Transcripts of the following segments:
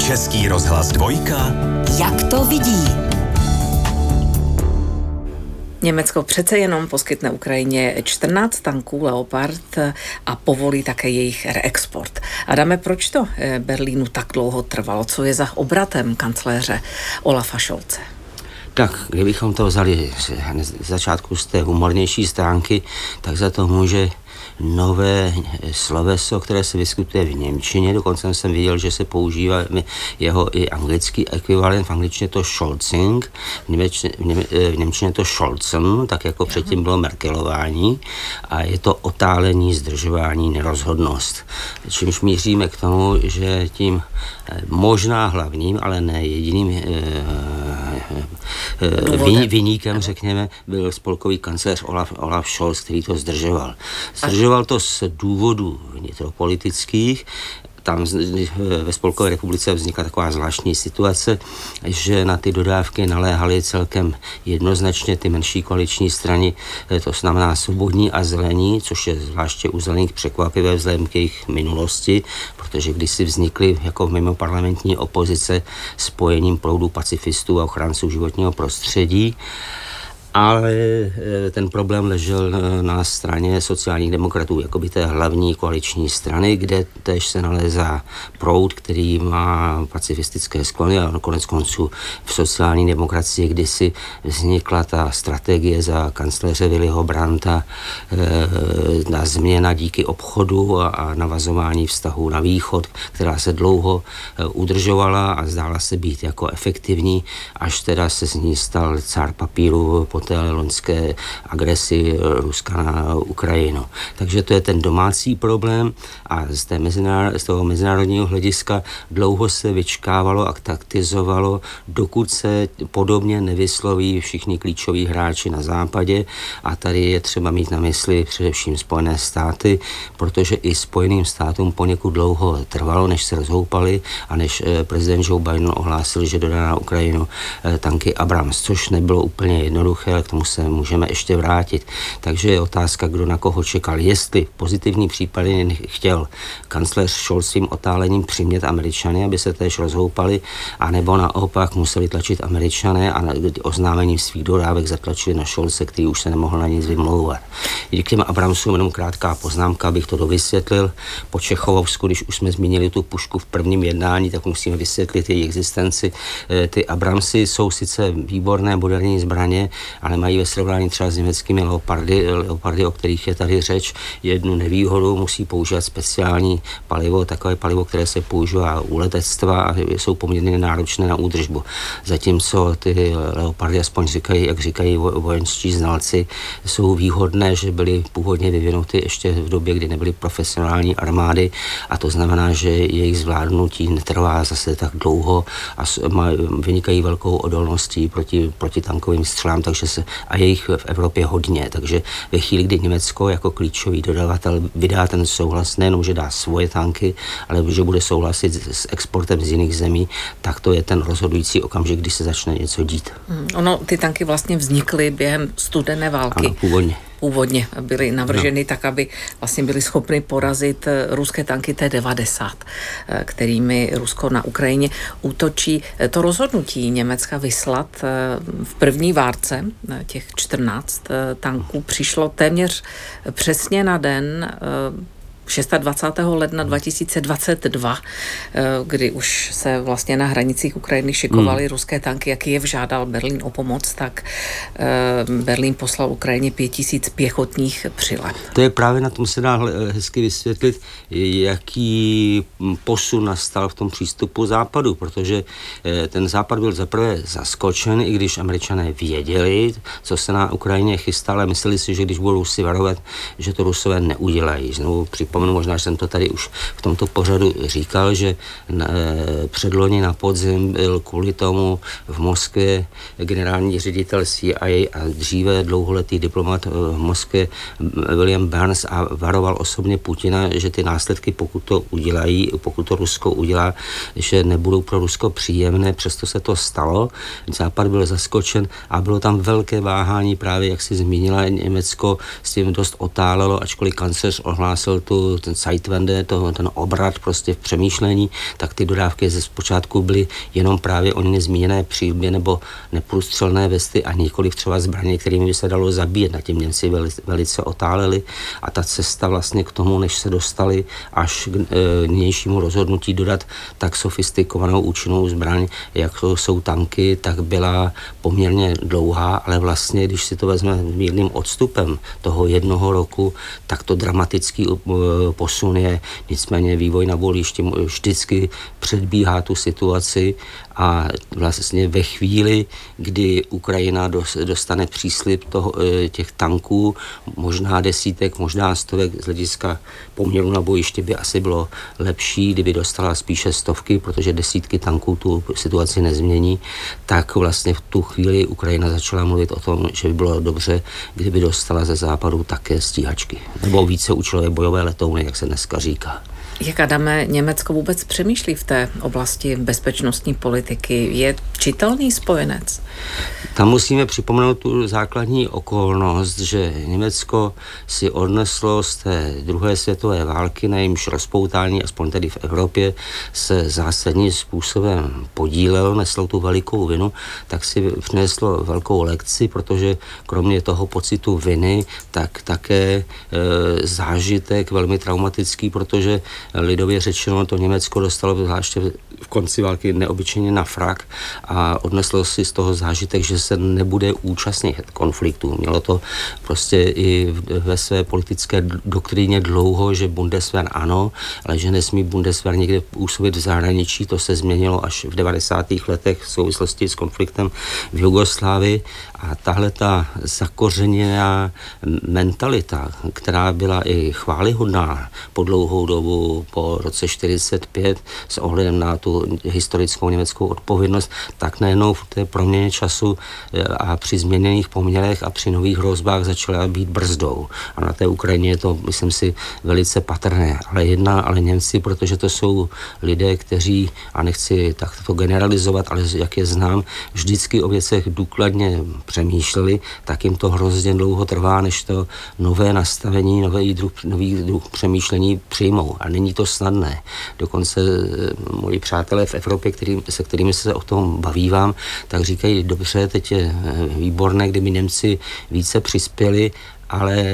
Český rozhlas Dvojka. Jak to vidí? Německo přece jenom poskytne Ukrajině 14 tanků Leopard a povolí také jejich reexport. Adame, proč to Berlínu tak dlouho trvalo? Co je za obratem kancléře Olafa Scholze? Tak, kdybychom to vzali z začátku z té humornější stránky, tak za to může nové sloveso, které se vyskytuje v němčině. Dokonce jsem viděl, že se používá jeho i anglický ekvivalent. V angličtině to Scholzing, v němčině to Scholzen, tak jako předtím bylo Merkelování. A je to otálení, zdržování, nerozhodnost. Čímž míříme k tomu, že tím možná hlavním, ale ne jediným viníkem, řekněme, byl spolkový kancléř Olaf Scholz, který to zdržoval. Zdržoval to z důvodů vnitropolitických. Tam ve Spolkové republice vznikla taková zvláštní situace, že na ty dodávky naléhaly celkem jednoznačně ty menší koaliční strany, to znamená Svobodní a Zelení, což je zvláště u Zelených překvapivé vzhledem k jejich minulosti, protože kdysi vznikly jako mimoparlamentní opozice spojením proudu pacifistů a ochránců životního prostředí. Ale ten problém ležel na straně sociálních demokratů, jakoby té hlavní koaliční strany, kde též se nalézá proud, který má pacifistické sklony a konec konců v sociální demokracii kdysi vznikla ta strategie za kancléře Willyho Brandta na změna díky obchodu a navazování vztahů na východ, která se dlouho udržovala a zdála se být jako efektivní, až teda se z ní stal cár papíru po té loňské agresi Ruska na Ukrajinu. Takže to je ten domácí problém a z toho mezinárodního hlediska dlouho se vyčkávalo a taktizovalo, dokud se podobně nevysloví všichni klíčoví hráči na západě a tady je třeba mít na mysli především Spojené státy, protože i Spojeným státům poněkud dlouho trvalo, než se rozhoupali a než prezident Joe Biden ohlásil, že dodá na Ukrajinu tanky Abrams, což nebylo úplně jednoduché, ale k tomu se můžeme ještě vrátit. Takže je otázka, kdo na koho čekal. Jestli v pozitivní případě chtěl kancléř Scholz svým otálením přimět Američany, aby se též rozhoupali, anebo naopak museli tlačit Američané a oznámením svých dodávek zatlačili na Scholze, který už se nemohl na nic vymlouvat. I k těm Abramsům jenom krátká poznámka, abych to dovysvětlil. Po Čechovovsku, když už jsme zmínili tu pušku v prvním jednání, tak musíme vysvětlit její existenci. Ty Abramsy jsou sice výborné moderní zbraně, ale mají ve srovnání třeba s německými leopardy, o kterých je tady řeč, jednu nevýhodu, musí používat speciální palivo, takové palivo, které se používá u letectva a jsou poměrně náročné na údržbu. Zatímco ty leopardy, aspoň jak říkají vojenští znalci, jsou výhodné, že byly původně vyvinuty ještě v době, kdy nebyly profesionální armády a to znamená, že jejich zvládnutí netrvá zase tak dlouho a vynikají velkou odolností proti tankovým střelám, a je jich v Evropě hodně, takže ve chvíli, kdy Německo jako klíčový dodavatel vydá ten souhlas, nejenom, že dá svoje tanky, ale že bude souhlasit s exportem z jiných zemí, tak to je ten rozhodující okamžik, kdy se začne něco dít. Ono, ty tanky vlastně vznikly během studené války. Ano, Původně byly navrženy tak, aby vlastně byly schopny porazit ruské tanky T-90, kterými Rusko na Ukrajině útočí. To rozhodnutí Německa vyslat v první várce těch 14 tanků přišlo téměř přesně na den 26. ledna 2022, kdy už se vlastně na hranicích Ukrajiny šikovaly ruské tanky, jak Kyjev žádal Berlín o pomoc, tak Berlín poslal Ukrajině 5000 pěchotních přileb. To je právě na tom se dá hezky vysvětlit, jaký posun nastal v tom přístupu západu, protože ten západ byl zaprvé zaskočen, i když Američané věděli, co se na Ukrajině chystá, ale mysleli si, že když budou Rusy varovat, že to Rusové neudělají. Znovu možná, že jsem to tady už v tomto pořadu říkal, že předloni na podzim byl kvůli tomu v Moskvě generální ředitel CIA a dříve dlouholetý diplomat v Moskvě William Burns a varoval osobně Putina, že ty následky, pokud to Rusko udělá, že nebudou pro Rusko příjemné, přesto se to stalo. Západ byl zaskočen a bylo tam velké váhání, právě jak si zmínila, Německo s tím dost otálelo, ačkoliv kancléř ohlásil tu opravdu ten Zeitwende, ten obrat prostě v přemýšlení, tak ty dodávky ze zpočátku byly jenom právě o nezmíněné přílby nebo neprůstřelné vesty a nikoliv třeba zbraně, kterými by se dalo zabíjet. Na tím Němci velice otáleli a ta cesta vlastně k tomu, než se dostali až k nynějšímu rozhodnutí dodat tak sofistikovanou účinnou zbraň, jako jsou tanky, tak byla poměrně dlouhá, ale vlastně, když si to vezme mírným odstupem toho jednoho roku, tak to dramatický posun je. Nicméně vývoj na bojišti vždycky předbíhá tu situaci a vlastně ve chvíli, kdy Ukrajina dostane příslib těch tanků, možná desítek, možná stovek, z hlediska poměru na bojišti by asi bylo lepší, kdyby dostala spíše stovky, protože desítky tanků tu situaci nezmění, tak vlastně v tu chvíli Ukrajina začala mluvit o tom, že by bylo dobře, kdyby dostala ze západu také stíhačky. Nebo víceúčelové bojové letouny, jak se dneska říká. Jak, Adame, Německo vůbec přemýšlí v té oblasti bezpečnostní politiky? Je čitelný spojenec? Tam musíme připomenout tu základní okolnost, že Německo si odneslo z té druhé světové války, na jejímž rozpoutání, aspoň tedy v Evropě, se zásadním způsobem podílelo, neslo tu velikou vinu, tak si přineslo velkou lekci, protože kromě toho pocitu viny, tak také zážitek velmi traumatický, protože lidově řečeno to Německo dostalo zvláště v konci války neobyčejně na frak a odneslo si z toho zážitek, že se nebude účastnit konfliktů. Mělo to prostě i ve své politické doktríně dlouho, že Bundeswehr ano, ale že nesmí Bundeswehr někde působit v zahraničí. To se změnilo až v 90. letech v souvislosti s konfliktem v Jugoslávii a tahle ta zakořeněná mentalita, která byla i chvályhodná po dlouhou dobu, po roce 45 s ohledem na tu historickou německou odpovědnost, tak najednou v té proměně času a při změněných poměrech a při nových hrozbách začala být brzdou. A na té Ukrajině je to, myslím si, velice patrné. Ale Němci, protože to jsou lidé, kteří, a nechci takto generalizovat, ale jak je znám, vždycky o věcech důkladně přemýšleli, tak jim to hrozně dlouho trvá, než to nové nastavení, nový druh přemýšlení přijmou. A není to snadné. Dokonce moji přátelé v Evropě, se kterými se o tom bavívám, tak říkají, dobře, teď je výborné, kdyby Němci více přispěli, ale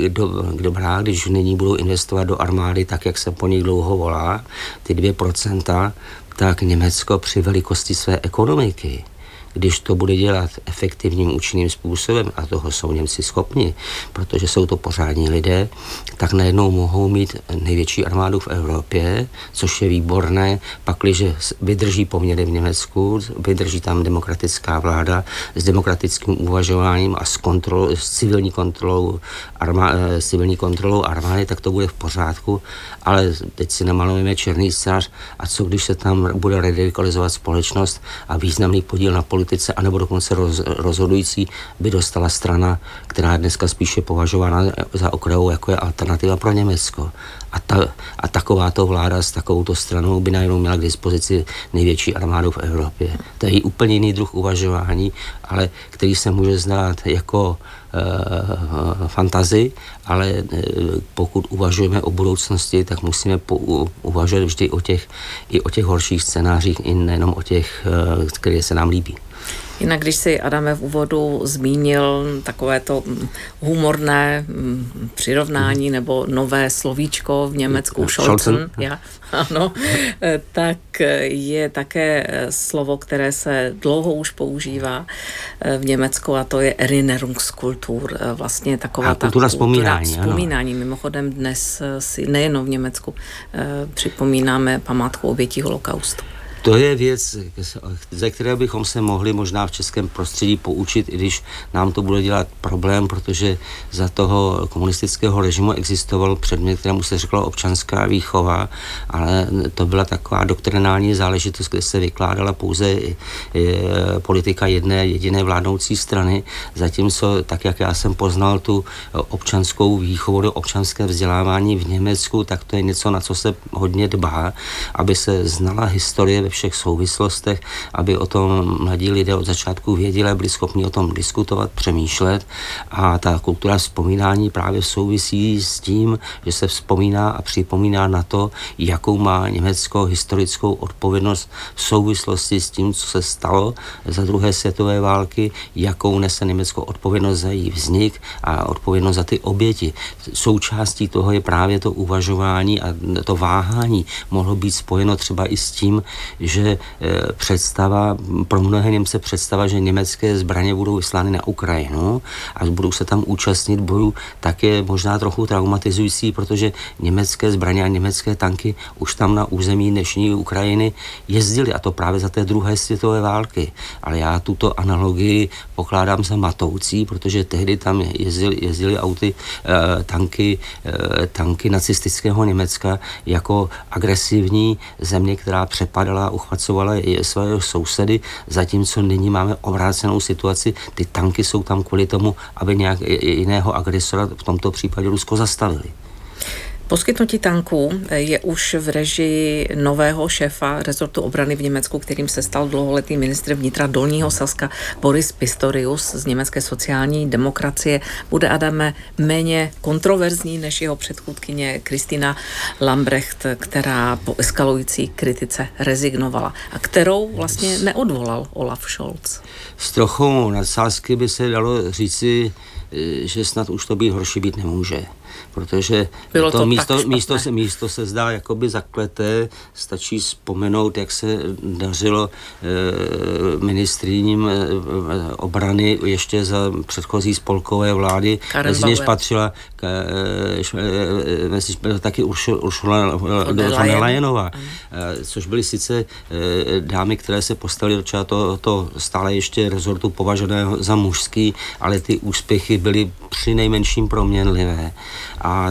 dobrá, když nyní budou investovat do armády tak, jak se po nich dlouho volá, ty 2%, tak Německo při velikosti své ekonomiky, když to bude dělat efektivním, účinným způsobem, a toho jsou Němci schopni, protože jsou to pořádní lidé, tak najednou mohou mít největší armádu v Evropě, což je výborné, pakliže vydrží poměry v Německu, vydrží tam demokratická vláda s demokratickým uvažováním a s civilní kontrolou armády, tak to bude v pořádku, ale teď si namalujeme černý scénář a co když se tam bude radikalizovat společnost a významný podíl na politice, anebo dokonce rozhodující by dostala strana, která je dneska spíše považována za okrajovou, jako je alternativa pro Německo. A takováto vláda s takovouto stranou by najednou měla k dispozici největší armádu v Evropě. To je úplně jiný druh uvažování, ale který se může zdát jako fantazii, ale pokud uvažujeme o budoucnosti, tak musíme uvažovat vždy o těch horších scénářích, i nejenom o těch, které se nám líbí. Jinak, když si, Adame, v úvodu zmínil takovéto humorné přirovnání nebo nové slovíčko v Německu, Scholzen, ano, tak je také slovo, které se dlouho už používá v Německu a to je Erinnerungskultur, vlastně taková ta kultura vzpomínání. Mimochodem dnes si nejenom v Německu připomínáme památku obětí holokaustu. To je věc, ze které bychom se mohli možná v českém prostředí poučit, i když nám to bude dělat problém, protože za toho komunistického režimu existoval předmět, kterému se řeklo občanská výchova, ale to byla taková doktrinální záležitost, kde se vykládala pouze politika jedné jediné vládnoucí strany, zatímco tak, jak já jsem poznal tu občanskou výchovu, občanské vzdělávání v Německu, tak to je něco, na co se hodně dbá, aby se znala historie ve všech souvislostech, aby o tom mladí lidé od začátku věděli, byli schopni o tom diskutovat, přemýšlet, a ta kultura vzpomínání právě souvisí s tím, že se vzpomíná a připomíná na to, jakou má Německo historickou odpovědnost v souvislosti s tím, co se stalo za druhé světové války, jakou nese Německo odpovědnost za její vznik a odpovědnost za ty oběti. Součástí toho je právě to uvažování a to váhání mohlo být spojeno třeba i s tím, že pro mnohé Němce představa, že německé zbraně budou vyslány na Ukrajinu a budou se tam účastnit bojů, tak je možná trochu traumatizující, protože německé zbraně a německé tanky už tam na území dnešní Ukrajiny jezdily, a to právě za té druhé světové války. Ale já tuto analogii pokládám za matoucí, protože tehdy tam jezdily tanky nacistického Německa jako agresivní země, která přepadala a uchvacovala své sousedy, zatímco nyní máme obrácenou situaci. Ty tanky jsou tam kvůli tomu, aby nějak jiného agresora, v tomto případě Rusko, zastavili. Poskytnutí tanků je už v režii nového šéfa rezortu obrany v Německu, kterým se stal dlouholetý ministr vnitra Dolního Saska Boris Pistorius z německé sociální demokracie. Bude, Adame, méně kontroverzní než jeho předchůdkyně Christina Lambrecht, která po eskalující kritice rezignovala a kterou vlastně neodvolal Olaf Scholz. S trochou nadsázky by se dalo říci, že snad už to být horší být nemůže. Protože to místo se zdá jakoby zakleté, stačí vzpomenout, jak se dařilo ministryním obrany ještě za předchozí spolkové vlády. Mezi něž patřila taky Ursula von der Leyenová, což byly sice dámy, které se postavily do čela to stále ještě rezortu považovaného za mužský, ale ty úspěchy byly přinejmenším proměnlivé. A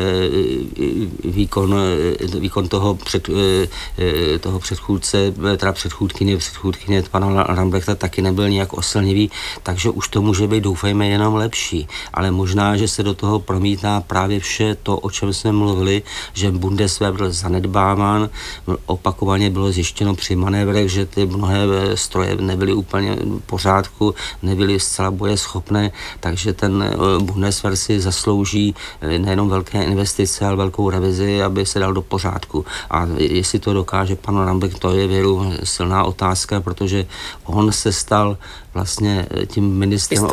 výkon toho předchůdce, teda předchůdkyně pana Lambrechta taky nebyl nějak oslnivý, takže už to může být, doufejme, jenom lepší. Ale možná, že se do toho promítá právě vše to, o čem jsme mluvili, že Bundeswehr byl zanedbáván, opakovaně bylo zjištěno při manévrech, že ty mnohé stroje nebyly úplně v pořádku, nebyly zcela bojeschopné, takže ten Bundeswehr si zaslouží nejenom velké investice, ale velkou revizi, aby se dal do pořádku. A jestli to dokáže pan Lambrecht, to je věru silná otázka, protože on se stal vlastně tím ministrem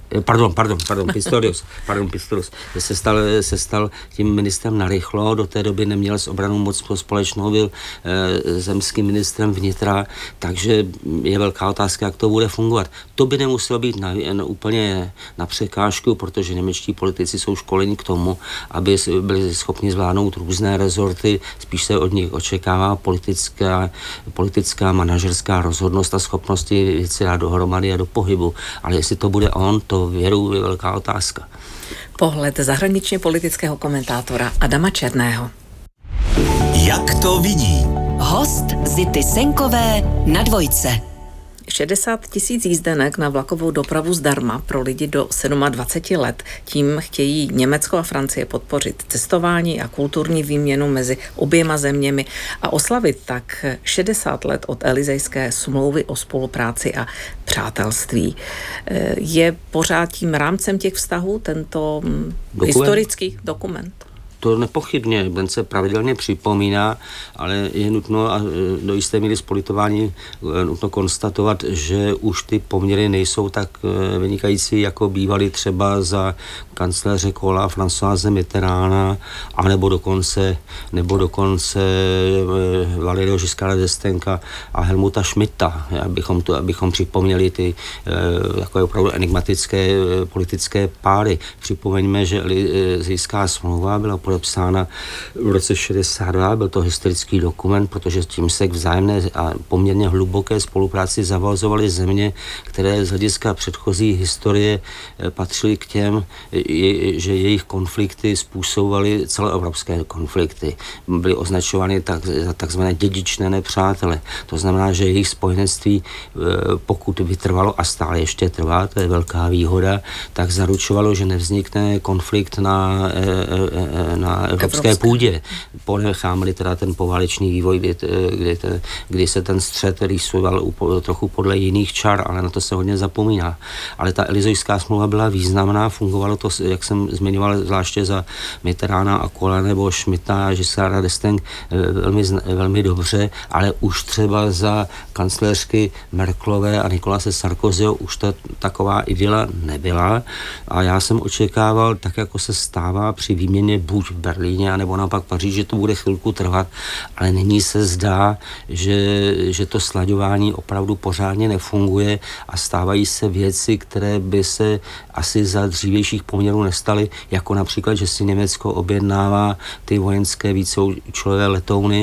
Pistorius. Se stal tím ministrem narychlo, do té doby neměl s obranou moc společnou, byl zemským ministrem vnitra, takže je velká otázka, jak to bude fungovat. To by nemuselo být úplně na překážku, protože němečtí politici jsou školeni k tomu, aby byli schopni zvládnout různé rezorty, spíš se od nich očekává politická manažerská rozhodnost a schopnosti věci dát dohromady a do pohybu. Ale jestli to bude on, to věru je velká otázka. Pohled zahraničně politického komentátora Adama Černého. Jak to vidí? Host Zity Senkové na Dvojce. 60 000 jízdenek na vlakovou dopravu zdarma pro lidi do 27 let. Tím chtějí Německo a Francie podpořit cestování a kulturní výměnu mezi oběma zeměmi a oslavit tak 60 let od Elysejské smlouvy o spolupráci a přátelství. Je pořád tím rámcem těch vztahů tento historický dokument? To nepochybně, ten se pravidelně připomíná, ale je nutno a do jisté míry politování nutno konstatovat, že už ty poměry nejsou tak vynikající, jako bývaly třeba za kancléře Kohla, Françoise Mitterranda, anebo dokonce Valéryho Giscarda d'Estainga a Helmuta Schmidta, abychom připomněli ty takové opravdu enigmatické politické páry. Připomeňme, že Elysejská smlouva byla podepsána v roce 62, byl to historický dokument, protože tím se k vzájemné a poměrně hluboké spolupráci zavazovaly země, které z hlediska předchozí historie patřily k těm, že jejich konflikty způsobovaly celoevropské konflikty. Byly označovány za takzvané dědičné nepřátele. To znamená, že jejich spojenectví, pokud vytrvalo a stále ještě trvá, to je velká výhoda, tak zaručovalo, že nevznikne konflikt na na evropské půdě. Ponecháme-li teda ten poválečný vývoj, kdy se ten střet rýsoval trochu podle jiných čar, ale na to se hodně zapomíná. Ale ta Elizejská smlouva byla významná, fungovalo to, jak jsem zmiňoval, zvláště za Mitterranda a Kohla nebo Schmidta a Giscarda d'Estaing velmi dobře, ale už třeba za kancléřky Merkelové a Nicolase Sarkozyho už to taková idyla nebyla a já jsem očekával, tak jako se stává při výměně buď v Berlíně, anebo naopak Paříži, že to bude chvilku trvat, ale nyní se zdá, že to slaďování opravdu pořádně nefunguje a stávají se věci, které by se asi za dřívějších poměrů nestaly, jako například, že si Německo objednává ty vojenské víceúčelové letouny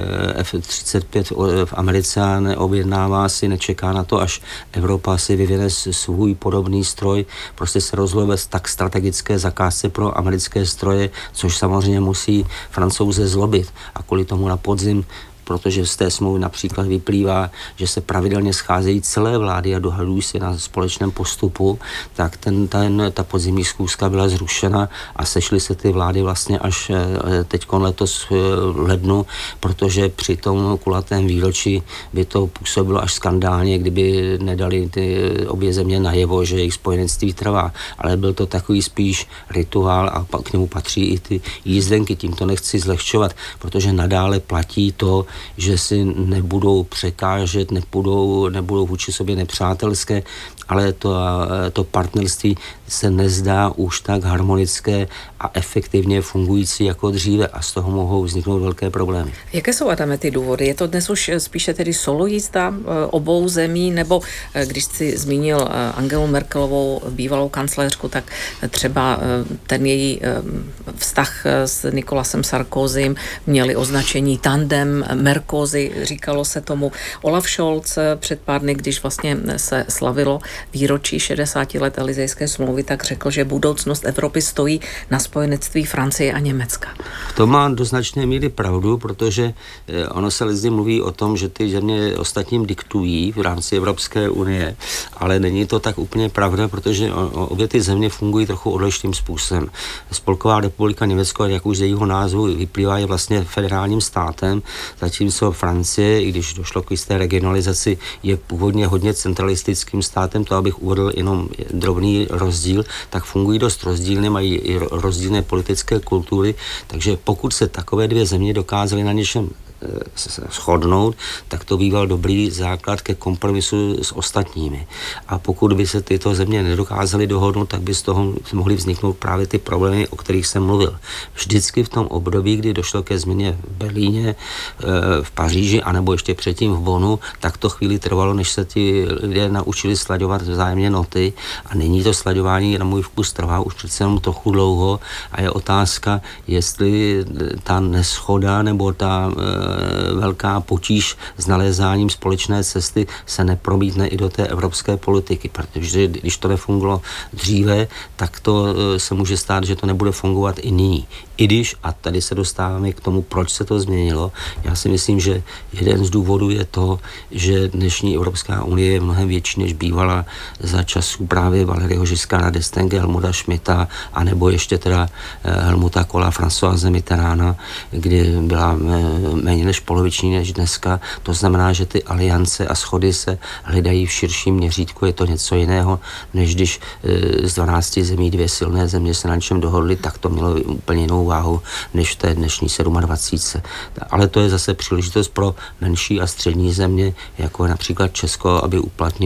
F-35 v Americe a neobjednává si, nečeká na to, až Evropa si vyvine svůj podobný stroj, prostě se rozhodlo bez tak strategické zakázce pro americké stroje, což samozřejmě musí Francouze zlobit a kvůli tomu na podzim, protože z té smlouvy například vyplývá, že se pravidelně scházejí celé vlády a dohadují se na společném postupu, tak ta podzimní schůzka byla zrušena a sešly se ty vlády vlastně až teďkon letos v lednu, protože při tom kulatém výročí by to působilo až skandálně, kdyby nedali ty obě země najevo, že jejich spojenectví trvá. Ale byl to takový spíš rituál a k němu patří i ty jízdenky. Tím to nechci zlehčovat, protože nadále platí to, že si nebudou překážet, nebudou vůči sobě nepřátelské, ale to partnerství se nezdá už tak harmonické a efektivně fungující jako dříve a z toho mohou vzniknout velké problémy. Jaké jsou, Adame, ty důvody? Je to dnes už spíše tedy solo jízda obou zemí, nebo když jsi zmínil Angelu Merkelovou, bývalou kancléřku, tak třeba ten její vztah s Nicolasem Sarkozym měli označení tandem Merkozy, říkalo se tomu. Olaf Scholz před pár dny, když vlastně se slavilo výročí 60 let Elizejské smlouvy, tak řekl, že budoucnost Evropy stojí na spojenectví Francie a Německa. To má do značné míry pravdu, protože ono se lidi mluví o tom, že ty země ostatním diktují v rámci Evropské unie, ale není to tak úplně pravda, protože obě ty země fungují trochu odlišným způsobem. Spolková republika Německo, jak už z jejího názvu vyplývá, je vlastně federálním státem, zatímco Francie, i když došlo k jisté regionalizaci, je původně hodně centralistickým státem. To, abych uvedl jenom drobný rozdíl, tak fungují dost rozdílně, mají i rozdílné politické kultury, takže pokud se takové dvě země dokázaly na něčem shodnout, tak to býval dobrý základ ke kompromisu s ostatními. A pokud by se tyto země nedokázaly dohodnout, tak by z toho mohly vzniknout právě ty problémy, o kterých jsem mluvil. Vždycky v tom období, kdy došlo ke změně v Berlíně, v Paříži, anebo ještě předtím v Bonnu, tak to chvíli trvalo, než se ti lidé naučili slaďovat vzájemně noty a nyní to slaďování na můj vkus trvá už přece jenom trochu dlouho a je otázka, jestli ta neschoda nebo ta velká potíž s nalézáním společné cesty se nepromítne i do té evropské politiky, protože když to nefungovalo dříve, tak to se může stát, že to nebude fungovat i nyní. I když, a tady se dostáváme k tomu, proč se to změnilo, já si myslím, že jeden z důvodů je to, že dnešní Evropská unie je mnohem větší, než bývala za časů právě Valéryho Giscarda d'Estainga, Helmuta Schmidta, anebo ještě teda Helmuta Kohla, Françoise Mitterranda, kdy byla méně než poloviční než dneska. To znamená, že ty aliance a schody se hledají v širším měřítku. Je to něco jiného, než když z 12 zemí 2 silné země se na něčem dohodly, tak to mělo úplně jinou váhu než v té dnešní 27. Ale to je zase příležitost pro menší a střední země, jako je například Česko, aby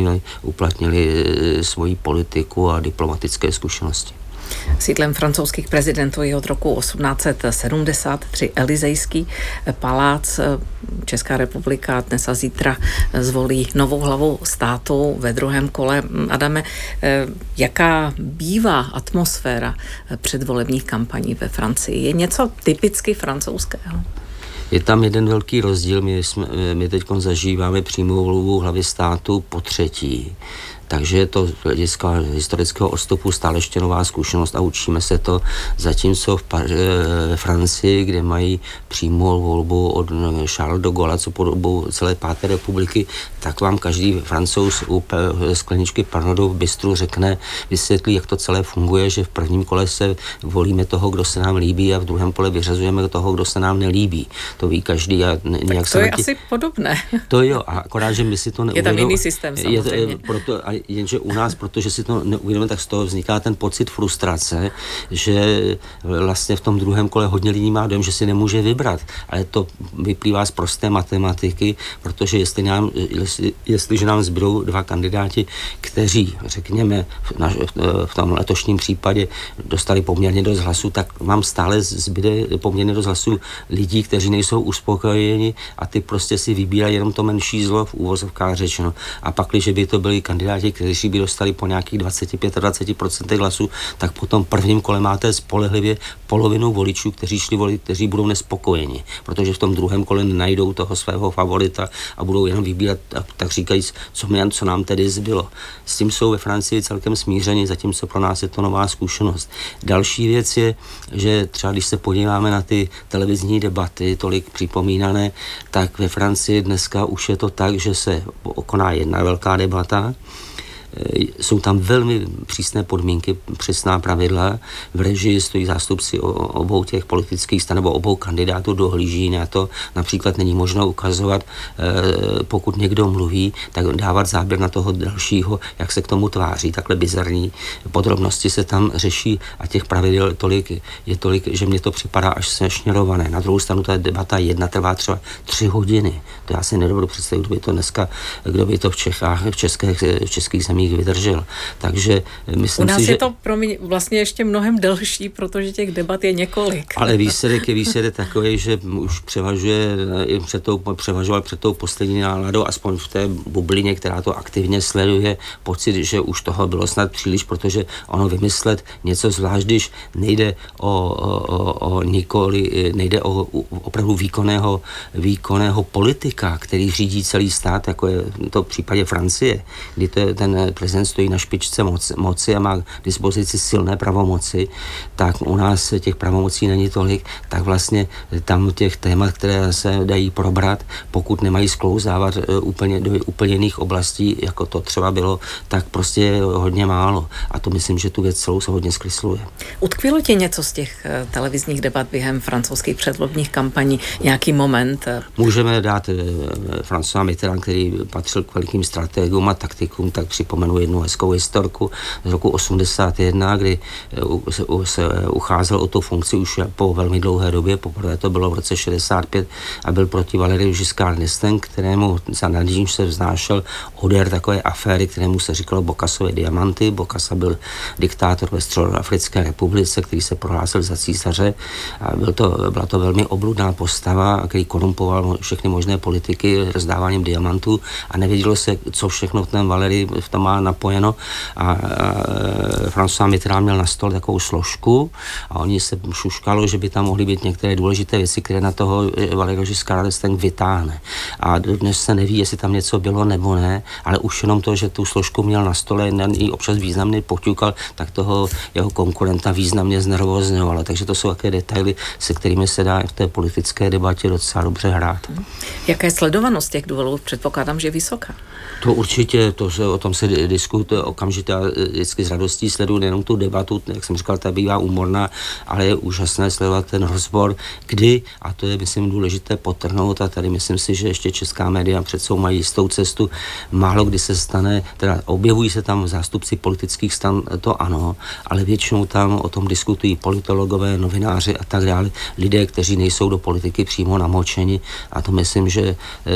uplatnili svoji politiku a diplomatické zkušenosti. Sídlem francouzských prezidentů je od roku 1873 Elizejský palác. Česká republika dnes a zítra zvolí novou hlavu státu ve druhém kole. Adame, jaká bývá atmosféra předvolebních kampaní ve Francii? Je něco typicky francouzského? Je tam jeden velký rozdíl. My teď zažíváme přímou volbu hlavy státu po třetí. Takže je to hlediska historického odstupu stále ještě nová zkušenost a učíme se to, zatímco ve Francii, kde mají přímou volbu od Charles de Gaulle, co po dobu celé 5. republiky, tak vám každý Francouz u skleničky Pernodou v bistru řekne, vysvětlí, jak to celé funguje, že v prvním kole se volíme toho, kdo se nám líbí a v druhém kole vyřazujeme toho, kdo se nám nelíbí. To ví každý a nějak tak to je asi podobné. To jo, a akorát, že my si to neuvědomíme. Je tam jiný systém samozřejmě. Jenže u nás, protože si to neuvědomíme, tak z toho vzniká ten pocit frustrace, že vlastně v tom druhém kole hodně lidí má dojem, že si nemůže vybrat. Ale to vyplývá z prosté matematiky, protože jestliže nám zbydou 2 kandidáti, kteří, řekněme, v tom letošním případě dostali poměrně dost hlasů, tak vám stále zbyde poměrně dost hlasů lidí, kteří nejsou uspokojeni a ty prostě si vybírají jenom to menší zlo, v úvozovkách řečeno. A pak, když by to byli kandidáti, kteří by dostali po nějakých 25% hlasů, tak po tom prvním kole máte spolehlivě polovinu voličů, kteří šli volit, kteří budou nespokojeni, protože v tom druhém kole nenajdou toho svého favorita a budou jenom vybírat, tak říkajíc, co nám tedy zbylo. S tím jsou ve Francii celkem smířeni, zatímco pro nás je to nová zkušenost. Další věc je, že třeba když se podíváme na ty televizní debaty, tolik připomínané, tak ve Francii dneska už je to tak, že se koná jedna velká debata. Jsou tam velmi přísné podmínky, přesná pravidla. V režii stojí zástupci obou těch politických stran nebo obou kandidátů, dohlíží na to. Například není možno ukazovat, pokud někdo mluví, tak dávat záběr na toho dalšího, jak se k tomu tváří. Takhle bizarní podrobnosti se tam řeší a těch pravidel je tolik, že mně to připadá až sešněrované. Na druhou stranu ta debata jedna trvá třeba 3 hodiny. To já si nedovedu představit, kdo by to v Čechách, v českých zemích vydržel. Takže myslím si, že... je to vlastně ještě mnohem delší, protože těch debat je několik. Ale výsledek takový, že už převažoval před tou poslední náladou, aspoň v té bublině, která to aktivně sleduje, pocit, že už toho bylo snad příliš, protože ono vymyslet něco zvlášť, když nejde nejde o opravdu výkonného politika, který řídí celý stát, jako je to v případě Francie, kdy to je ten prezident stojí na špičce moci a má k dispozici silné pravomoci, tak u nás těch pravomocí není tolik, tak vlastně tam těch témat, které se dají probrat, pokud nemají sklouzávat do úplně jiných oblastí, jako to třeba bylo, tak prostě je hodně málo. A to myslím, že tu věc celou se hodně zkresluje. Utkvělo ti něco z těch televizních debat během francouzských předvolebních kampaní, nějaký moment? Můžeme dát François Mitterrand, který patřil k velikým strategům a taktikům, tak připomenu jednu hezkou historku z roku 81, kdy se ucházel o tu funkci už po velmi dlouhé době, poprvé to bylo v roce 65 a byl proti Valéry Giscard d'Estaing, kterému za nadíž se vznášel odér takové aféry, kterému se říkalo Bokasové diamanty. Bokassa byl diktátor ve Středoafrické republice, který se prohlásil za císaře a byla to velmi obludná postava, který korumpoval všechny možné politiky rozdáváním diamantů a nevědělo se, co všechno v tom Valéry v tom má napojeno a François Mitterrand měl na stole takovou složku a oni se šuškalo, že by tam mohly být některé důležité věci, které na toho Valéry Giscard d'Estaing vytáhne. A dnes se neví, jestli tam něco bylo nebo ne, ale už jenom to, že tu složku měl na stole, i občas významně poťukal, tak toho jeho konkurenta významně znervozňovalo. Takže to jsou také detaily, se kterými se dá v té politické debatě docela dobře hrát. Jaká je sledovanost těch duelů? Předpokládám, že je vysoká. To určitě, o tom se diskutuje okamžitě a vždycky s radostí sleduju nejenom tu debatu, jak jsem říkal, ta bývá úmorná, ale je úžasné sledovat ten rozbor, kdy, a to je, myslím, důležité podtrhnout, a tady myslím si, že ještě česká média přece mají jistou cestu, málo kdy se stane, teda objevují se tam zástupci politických stran, to ano, ale většinou tam o tom diskutují politologové, novináři a tak dále, lidé, kteří nejsou do politiky přímo namočeni, a to myslím, že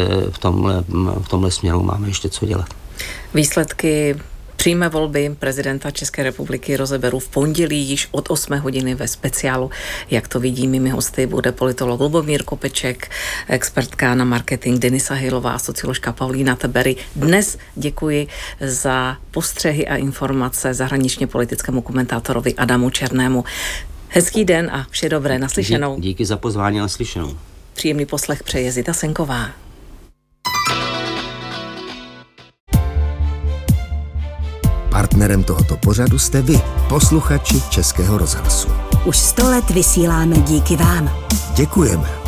v tomhle směru máme ještě co dělat. Výsledky přímé volby prezidenta České republiky rozeberu v pondělí již od 8 hodiny ve speciálu. Jak to vidí, mými hosty bude politolog Lubomír Kopeček, expertka na marketing Denisa Hylová a socioložka Paulína Tebery. Dnes děkuji za postřehy a informace zahraničně politickému komentátorovi Adamu Černému. Hezký den a vše dobré, naslyšenou. Díky za pozvání, naslyšenou. Příjemný poslech přeje Zita Senková. Partnerem tohoto pořadu jste vy, posluchači Českého rozhlasu. Už 100 let vysíláme díky vám. Děkujeme.